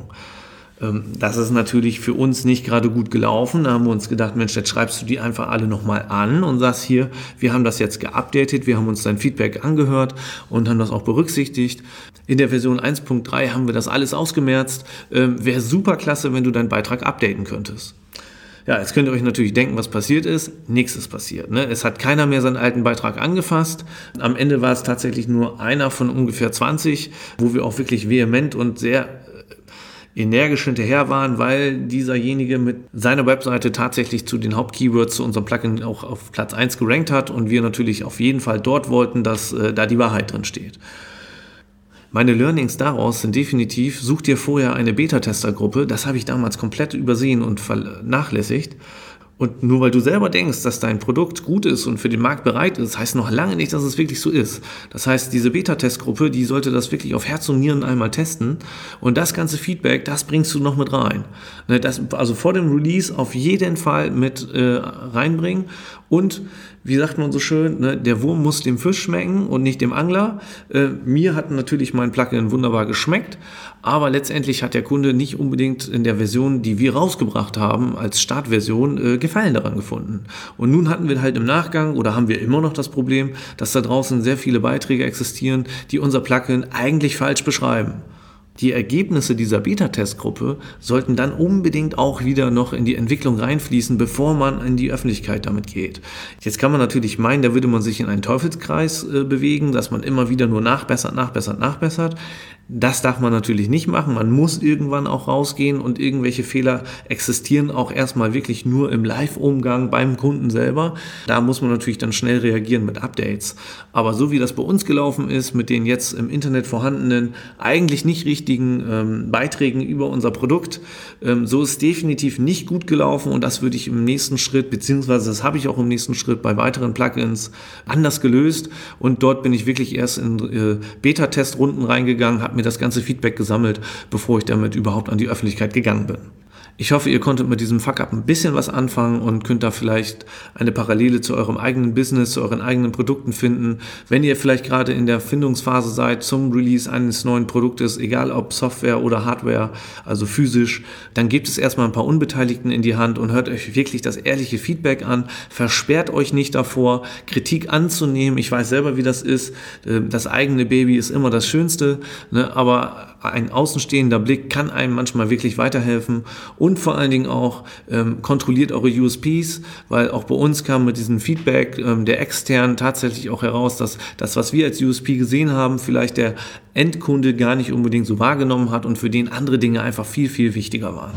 Das ist natürlich für uns nicht gerade gut gelaufen. Da haben wir uns gedacht, Mensch, jetzt schreibst du die einfach alle nochmal an und sagst hier, wir haben das jetzt geupdatet, wir haben uns dein Feedback angehört und haben das auch berücksichtigt. In der Version 1.3 haben wir das alles ausgemerzt. Wäre super klasse, wenn du deinen Beitrag updaten könntest. Ja, jetzt könnt ihr euch natürlich denken, was passiert ist. Nichts ist passiert. Ne? Es hat keiner mehr seinen alten Beitrag angefasst. Am Ende war es tatsächlich nur einer von ungefähr 20, wo wir auch wirklich vehement und sehr energisch hinterher waren, weil dieserjenige mit seiner Webseite tatsächlich zu den Hauptkeywords zu unserem Plugin auch auf Platz 1 gerankt hat und wir natürlich auf jeden Fall dort wollten, dass da die Wahrheit drin steht. Meine Learnings daraus sind definitiv, such dir vorher eine Beta-Tester-Gruppe, das habe ich damals komplett übersehen und vernachlässigt, Und nur weil du selber denkst, dass dein Produkt gut ist und für den Markt bereit ist, heißt noch lange nicht, dass es wirklich so ist. Das heißt, diese Beta-Testgruppe, die sollte das wirklich auf Herz und Nieren einmal testen. Und das ganze Feedback, das bringst du noch mit rein. Also vor dem Release auf jeden Fall mit reinbringen. Und wie sagt man so schön, der Wurm muss dem Fisch schmecken und nicht dem Angler. Mir hat natürlich mein Plugin wunderbar geschmeckt, aber letztendlich hat der Kunde nicht unbedingt in der Version, die wir rausgebracht haben, als Startversion Gefallen daran gefunden. Und nun hatten wir halt im Nachgang, oder haben wir immer noch das Problem, dass da draußen sehr viele Beiträge existieren, die unser Plugin eigentlich falsch beschreiben. Die Ergebnisse dieser Beta-Testgruppe sollten dann unbedingt auch wieder noch in die Entwicklung reinfließen, bevor man in die Öffentlichkeit damit geht. Jetzt kann man natürlich meinen, da würde man sich in einen Teufelskreis bewegen, dass man immer wieder nur nachbessert. Das darf man natürlich nicht machen. Man muss irgendwann auch rausgehen und irgendwelche Fehler existieren auch erstmal wirklich nur im Live-Umgang beim Kunden selber. Da muss man natürlich dann schnell reagieren mit Updates. Aber so wie das bei uns gelaufen ist, mit den jetzt im Internet vorhandenen, eigentlich nicht richtigen Beiträgen über unser Produkt, so ist definitiv nicht gut gelaufen und das würde ich im nächsten Schritt, beziehungsweise das habe ich auch im nächsten Schritt bei weiteren Plugins anders gelöst und dort bin ich wirklich erst in Beta-Testrunden reingegangen, habe mir das ganze Feedback gesammelt, bevor ich damit überhaupt an die Öffentlichkeit gegangen bin. Ich hoffe, ihr konntet mit diesem Fuck-Up ein bisschen was anfangen und könnt da vielleicht eine Parallele zu eurem eigenen Business, zu euren eigenen Produkten finden. Wenn ihr vielleicht gerade in der Findungsphase seid zum Release eines neuen Produktes, egal ob Software oder Hardware, also physisch, dann gebt es erstmal ein paar Unbeteiligten in die Hand und hört euch wirklich das ehrliche Feedback an. Versperrt euch nicht davor, Kritik anzunehmen. Ich weiß selber, wie das ist. Das eigene Baby ist immer das Schönste, ne? Aber ein außenstehender Blick kann einem manchmal wirklich weiterhelfen. Und vor allen Dingen auch kontrolliert eure USPs, weil auch bei uns kam mit diesem Feedback der externen tatsächlich auch heraus, dass das, was wir als USP gesehen haben, vielleicht der Endkunde gar nicht unbedingt so wahrgenommen hat und für den andere Dinge einfach viel, viel wichtiger waren.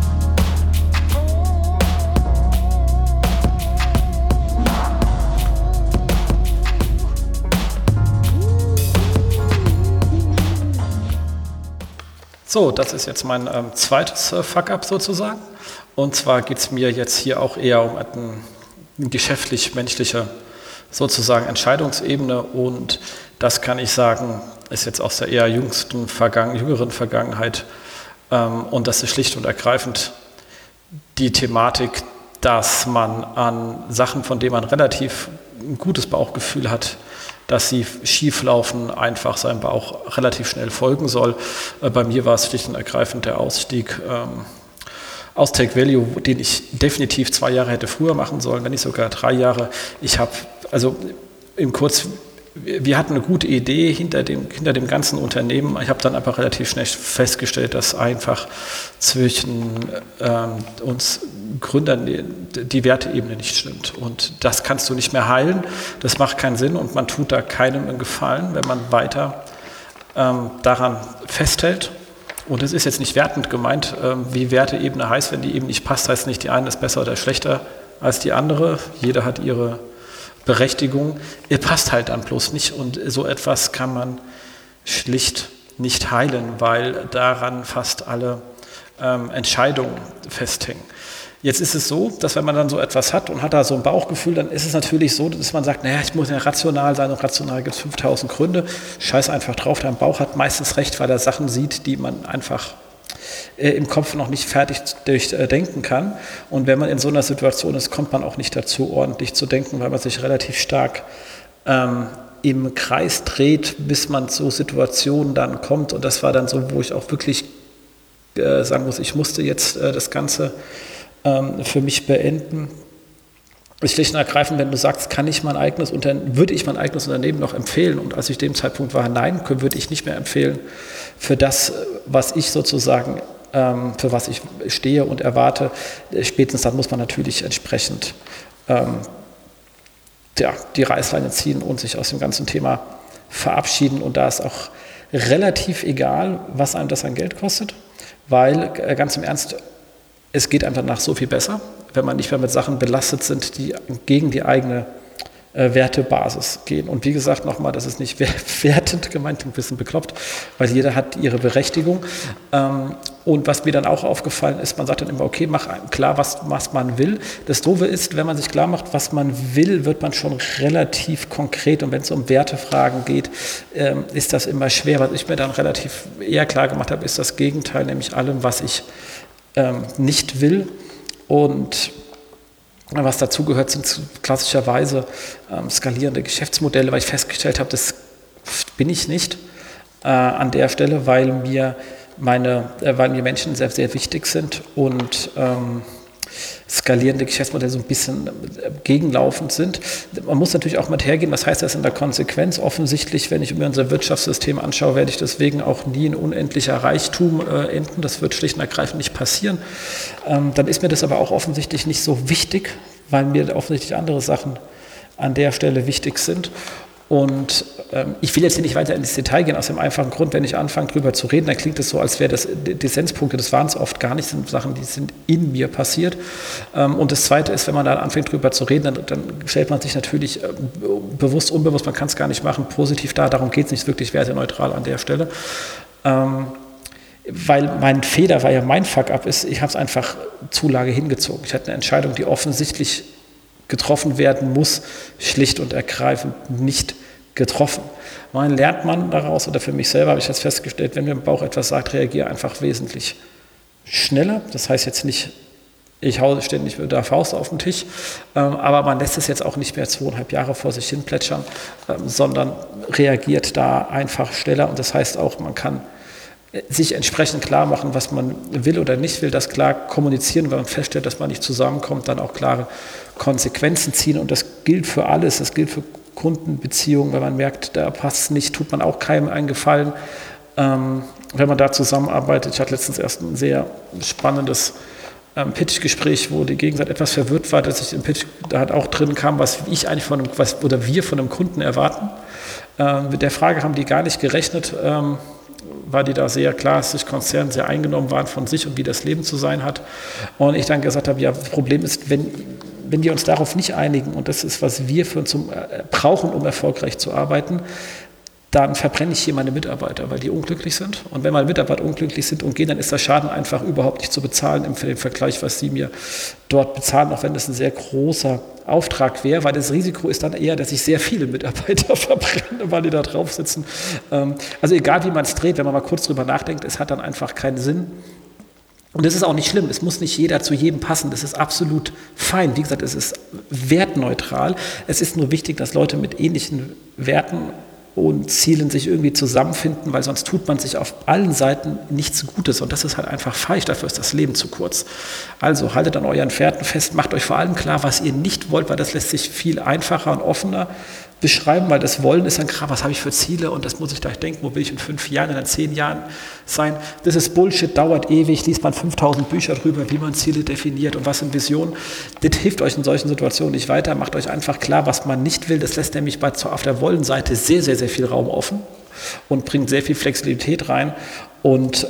So, das ist jetzt mein zweites Fuck-Up sozusagen. Und zwar geht es mir jetzt hier auch eher um eine geschäftlich-menschliche sozusagen Entscheidungsebene. Und das kann ich sagen, ist jetzt aus der eher jüngeren Vergangenheit. Und das ist schlicht und ergreifend die Thematik, dass man an Sachen, von denen man relativ ein gutes Bauchgefühl hat, dass sie schief laufen, einfach seinem Bauch relativ schnell folgen soll. Bei mir war es schlicht und ergreifend der Ausstieg aus Take Value, den ich definitiv 2 Jahre hätte früher machen sollen, wenn nicht sogar 3 Jahre. Wir hatten eine gute Idee hinter dem ganzen Unternehmen. Ich habe dann aber relativ schnell festgestellt, dass einfach zwischen uns Gründern die Werteebene nicht stimmt. Und das kannst du nicht mehr heilen. Das macht keinen Sinn und man tut da keinem einen Gefallen, wenn man weiter daran festhält. Und es ist jetzt nicht wertend gemeint, wie Werteebene heißt. Wenn die eben nicht passt, heißt nicht, die eine ist besser oder schlechter als die andere. Jeder hat ihre Berechtigung. Ihr passt halt dann bloß nicht. Und so etwas kann man schlicht nicht heilen, weil daran fast alle Entscheidungen festhängen. Jetzt ist es so, dass wenn man dann so etwas hat und hat da so ein Bauchgefühl, dann ist es natürlich so, dass man sagt, naja, ich muss ja rational sein und rational gibt es 5000 Gründe. Scheiß einfach drauf, dein Bauch hat meistens recht, weil er Sachen sieht, die man einfach im Kopf noch nicht fertig durchdenken kann. Und wenn man in so einer Situation ist, kommt man auch nicht dazu, ordentlich zu denken, weil man sich relativ stark im Kreis dreht, bis man zu Situationen dann kommt. Und das war dann so, wo ich auch wirklich sagen muss, ich musste jetzt das Ganze für mich beenden. Schlicht und ergreifend, wenn du sagst, würde ich mein eigenes Unternehmen noch empfehlen? Und als ich dem Zeitpunkt war, nein, würde ich nicht mehr empfehlen für das, was ich sozusagen, für was ich stehe und erwarte. Spätestens dann muss man natürlich entsprechend die Reißleine ziehen und sich aus dem ganzen Thema verabschieden. Und da ist auch relativ egal, was einem das an Geld kostet, weil ganz im Ernst, es geht einem danach so viel besser, wenn man nicht mehr mit Sachen belastet sind, die gegen die eigene Wertebasis gehen. Und wie gesagt, nochmal, das ist nicht wertend gemeint, ein bisschen bekloppt, weil jeder hat ihre Berechtigung. Und was mir dann auch aufgefallen ist, man sagt dann immer, okay, mach klar, was man will. Das Doofe ist, wenn man sich klar macht, was man will, wird man schon relativ konkret. Und wenn es um Wertefragen geht, ist das immer schwer. Was ich mir dann relativ eher klar gemacht habe, ist das Gegenteil, nämlich allem, was ich nicht will. Und was dazu gehört, sind klassischerweise skalierende Geschäftsmodelle, weil ich festgestellt habe, das bin ich nicht an der Stelle, weil mir Menschen sehr, sehr wichtig sind und skalierende Geschäftsmodelle so ein bisschen gegenlaufend sind. Man muss natürlich auch mit hergehen, was heißt das in der Konsequenz? Offensichtlich, wenn ich mir unser Wirtschaftssystem anschaue, werde ich deswegen auch nie in unendlicher Reichtum enden. Das wird schlicht und ergreifend nicht passieren. Dann ist mir das aber auch offensichtlich nicht so wichtig, weil mir offensichtlich andere Sachen an der Stelle wichtig sind. Und ich will jetzt hier nicht weiter ins Detail gehen, aus dem einfachen Grund, wenn ich anfange, drüber zu reden, dann klingt es so, als wäre das Dissenspunkte, das waren es oft gar nicht, sind Sachen, die sind in mir passiert. Und das Zweite ist, wenn man dann anfängt, drüber zu reden, dann stellt man sich natürlich bewusst, unbewusst, man kann es gar nicht machen, positiv dar, darum geht es nicht wirklich werteneutral an der Stelle. Weil mein Fehler, weil ja mein Fuck-up ist, ich habe es einfach zu lange hingezogen. Ich hatte eine Entscheidung, die offensichtlich getroffen werden muss, schlicht und ergreifend nicht getroffen. Man lernt man daraus, oder für mich selber habe ich das festgestellt, wenn mir im Bauch etwas sagt, reagiere einfach wesentlich schneller. Das heißt jetzt nicht, ich haue ständig mit der Faust auf den Tisch, aber man lässt es jetzt auch nicht mehr 2,5 Jahre vor sich hin plätschern, sondern reagiert da einfach schneller. Und das heißt auch, man kann sich entsprechend klar machen, was man will oder nicht will, das klar kommunizieren, wenn man feststellt, dass man nicht zusammenkommt, dann auch klare Konsequenzen ziehen. Und das gilt für alles, das gilt für Kundenbeziehungen, wenn man merkt, da passt es nicht, tut man auch keinem einen Gefallen, wenn man da zusammenarbeitet. Ich hatte letztens erst ein sehr spannendes Pitch-Gespräch, wo die Gegenseite etwas verwirrt war, dass ich im Pitch da halt auch drin kam, was ich eigentlich wir von einem Kunden erwarten. Mit der Frage haben die gar nicht gerechnet, weil die da sehr klar sich Konzern sehr eingenommen waren von sich und wie das Leben zu sein hat. Und ich dann gesagt habe, ja, das Problem ist, wenn wir uns darauf nicht einigen und das ist, was wir für uns brauchen, um erfolgreich zu arbeiten, dann verbrenne ich hier meine Mitarbeiter, weil die unglücklich sind. Und wenn meine Mitarbeiter unglücklich sind und gehen, dann ist der Schaden einfach überhaupt nicht zu bezahlen im Vergleich, was sie mir dort bezahlen, auch wenn das ein sehr großer Auftrag wäre, weil das Risiko ist dann eher, dass ich sehr viele Mitarbeiter verbrenne, weil die da drauf sitzen. Also egal, wie man es dreht, wenn man mal kurz drüber nachdenkt, es hat dann einfach keinen Sinn. Und das ist auch nicht schlimm, es muss nicht jeder zu jedem passen, das ist absolut fein. Wie gesagt, es ist wertneutral. Es ist nur wichtig, dass Leute mit ähnlichen Werten und Zielen sich irgendwie zusammenfinden, weil sonst tut man sich auf allen Seiten nichts Gutes und das ist halt einfach falsch, dafür ist das Leben zu kurz. Also haltet an euren Pferden fest, macht euch vor allem klar, was ihr nicht wollt, weil das lässt sich viel einfacher und offener beschreiben, weil das Wollen ist dann klar, was habe ich für Ziele und das muss ich gleich denken, wo will ich in 5 Jahren, in 10 Jahren sein. Das ist Bullshit, dauert ewig, liest man 5000 Bücher drüber, wie man Ziele definiert und was sind Visionen. Das hilft euch in solchen Situationen nicht weiter, macht euch einfach klar, was man nicht will. Das lässt nämlich auf der Wollen-Seite sehr, sehr, sehr viel Raum offen und bringt sehr viel Flexibilität rein und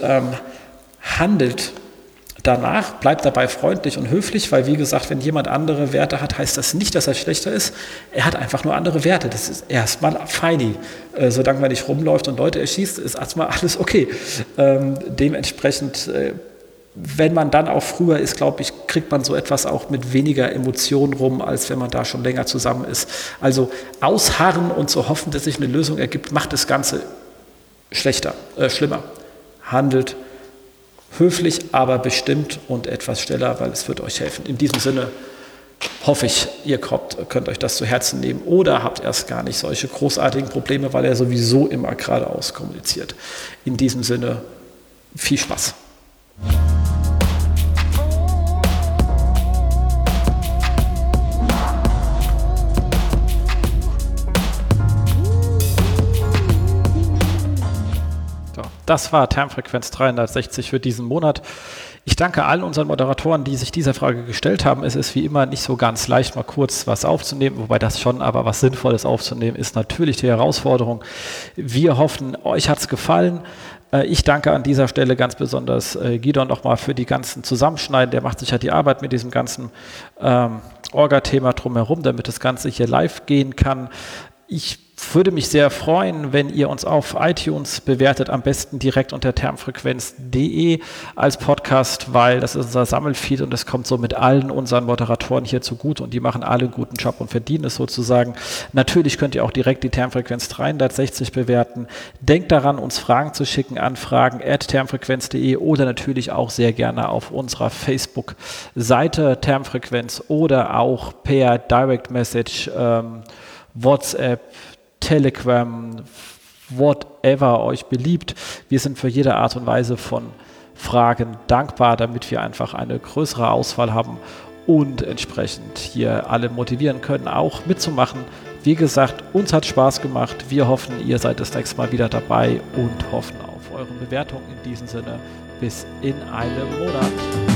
handelt danach, bleibt dabei freundlich und höflich, weil wie gesagt, wenn jemand andere Werte hat, heißt das nicht, dass er schlechter ist. Er hat einfach nur andere Werte. Das ist erstmal feini. Solange man nicht rumläuft und Leute erschießt, ist erstmal alles okay. Dementsprechend, wenn man dann auch früher ist, glaube ich, kriegt man so etwas auch mit weniger Emotionen rum, als wenn man da schon länger zusammen ist. Also ausharren und so hoffen, dass sich eine Lösung ergibt, macht das Ganze schlimmer. Handelt höflich, aber bestimmt und etwas schneller, weil es wird euch helfen. In diesem Sinne hoffe ich, ihr könnt euch das zu Herzen nehmen oder habt erst gar nicht solche großartigen Probleme, weil er sowieso immer geradeaus kommuniziert. In diesem Sinne viel Spaß. Das war Termfrequenz 360 für diesen Monat. Ich danke allen unseren Moderatoren, die sich dieser Frage gestellt haben. Es ist wie immer nicht so ganz leicht, mal kurz was aufzunehmen, wobei das schon, aber was Sinnvolles aufzunehmen, ist natürlich die Herausforderung. Wir hoffen, euch hat es gefallen. Ich danke an dieser Stelle ganz besonders Gidon nochmal für die ganzen Zusammenschneiden. Der macht sich ja die Arbeit mit diesem ganzen Orga-Thema drumherum, damit das Ganze hier live gehen kann. Ich würde mich sehr freuen, wenn ihr uns auf iTunes bewertet, am besten direkt unter termfrequenz.de als Podcast, weil das ist unser Sammelfeed und das kommt so mit allen unseren Moderatoren hier zugute und die machen alle einen guten Job und verdienen es sozusagen. Natürlich könnt ihr auch direkt die Termfrequenz 360 bewerten. Denkt daran, uns Fragen zu schicken an fragen@termfrequenz.de oder natürlich auch sehr gerne auf unserer Facebook-Seite Termfrequenz oder auch per Direct Message, WhatsApp, Telegram, whatever euch beliebt. Wir sind für jede Art und Weise von Fragen dankbar, damit wir einfach eine größere Auswahl haben und entsprechend hier alle motivieren können, auch mitzumachen. Wie gesagt, uns hat Spaß gemacht. Wir hoffen, ihr seid das nächste Mal wieder dabei und hoffen auf eure Bewertung. In diesem Sinne, bis in einem Monat.